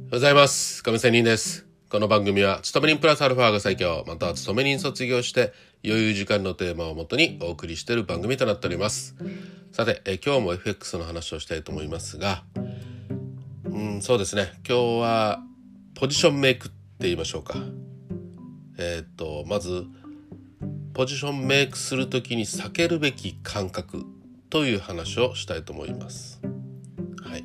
おはようございます。亀仙人です。この番組は勤め人プラスアルファが最強、または勤め人卒業して余裕時間のテーマをもとにお送りしている番組となっております。さて、今日も FX の話をしたいと思いますが、そうですね、今日はポジションメイクって言いましょうか。まずポジションメイクするときに避けるべき感覚という話をしたいと思います。はい。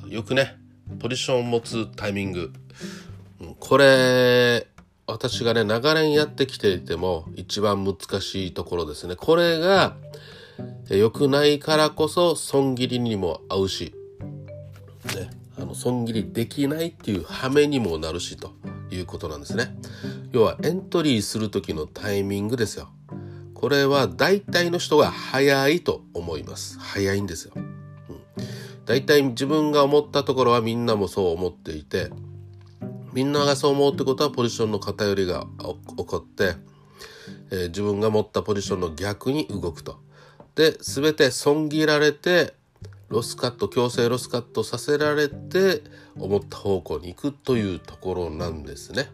よくね、ポジションを持つタイミング、これ私がね長年やってきていても一番難しいところですね。これが良くないからこそ損切りにも合うし、ね、損切りできないっていう羽目にもなるしということなんですね。要はエントリーする時のタイミングですよ。これは大体の人が早いと思います。早いんですよ。大体自分が思ったところはみんなもそう思っていて、みんながそう思うってことはポジションの偏りが起こって、自分が持ったポジションの逆に動くと。で、全て損切られて強制ロスカットさせられて思った方向に行くというところなんですね。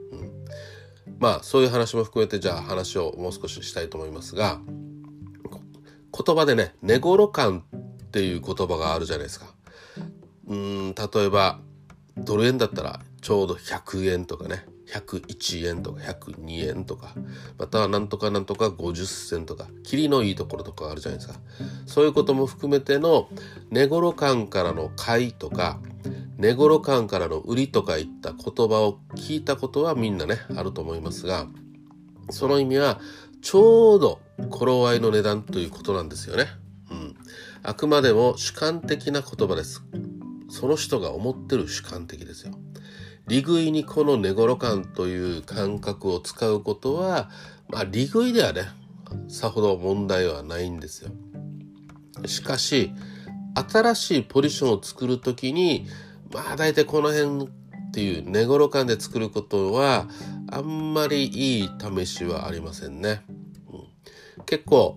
そういう話も含めてじゃあ話をもう少ししたいと思いますが、言葉でね、値頃感っていう言葉があるじゃないですか。例えばドル円だったらちょうど100円とかね、101円とか102円とか、またはなんとかなんとか50銭とか、キリのいいところとかあるじゃないですか。そういうことも含めての値頃感からの買いとか値頃感からの売りとかいった言葉を聞いたことはみんなねあると思いますが、その意味はちょうど頃合いの値段ということなんですよね。あくまでも主観的な言葉です。その人が思ってる主観的ですよ。利食いにこの値頃感という感覚を使うことは、利食いではねさほど問題はないんですよ。しかし新しいポジションを作るときに大体この辺っていう値頃感で作ることはあんまりいい試しはありませんね。結構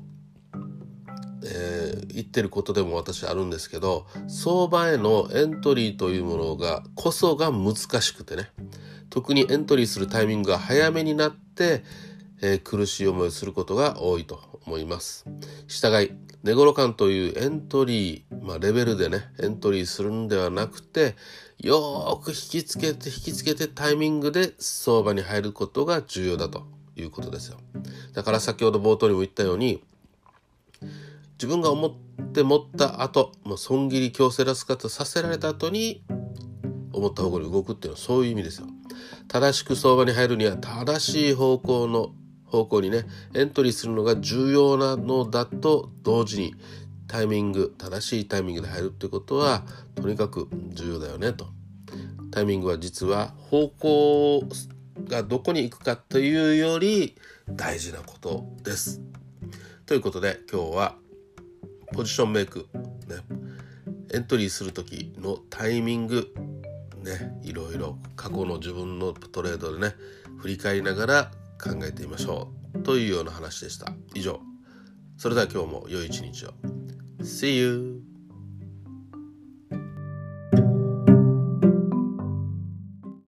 言ってることでも私あるんですけど、相場へのエントリーというものが難しくてね、特にエントリーするタイミングが早めになって、苦しい思いをすることが多いと思います。従い値頃感というエントリー、レベルでねエントリーするんではなくて、よーく引きつけてタイミングで相場に入ることが重要だということですよ。だから先ほど冒頭にも言ったように、自分が思って持った後、損切り強制ロスカットさせられた後に思った方向に動くっていうのはそういう意味ですよ。正しく相場に入るには正しい方向にねエントリーするのが重要なのだと同時に、正しいタイミングで入るってことはとにかく重要だよねと。タイミングは実は方向がどこに行くかというより大事なことです。ということで今日はポジションメイク、エントリーする時のタイミングいろいろ過去の自分のトレードでね振り返りながら考えてみましょうというような話でした。以上。それでは今日も良い一日を。See you!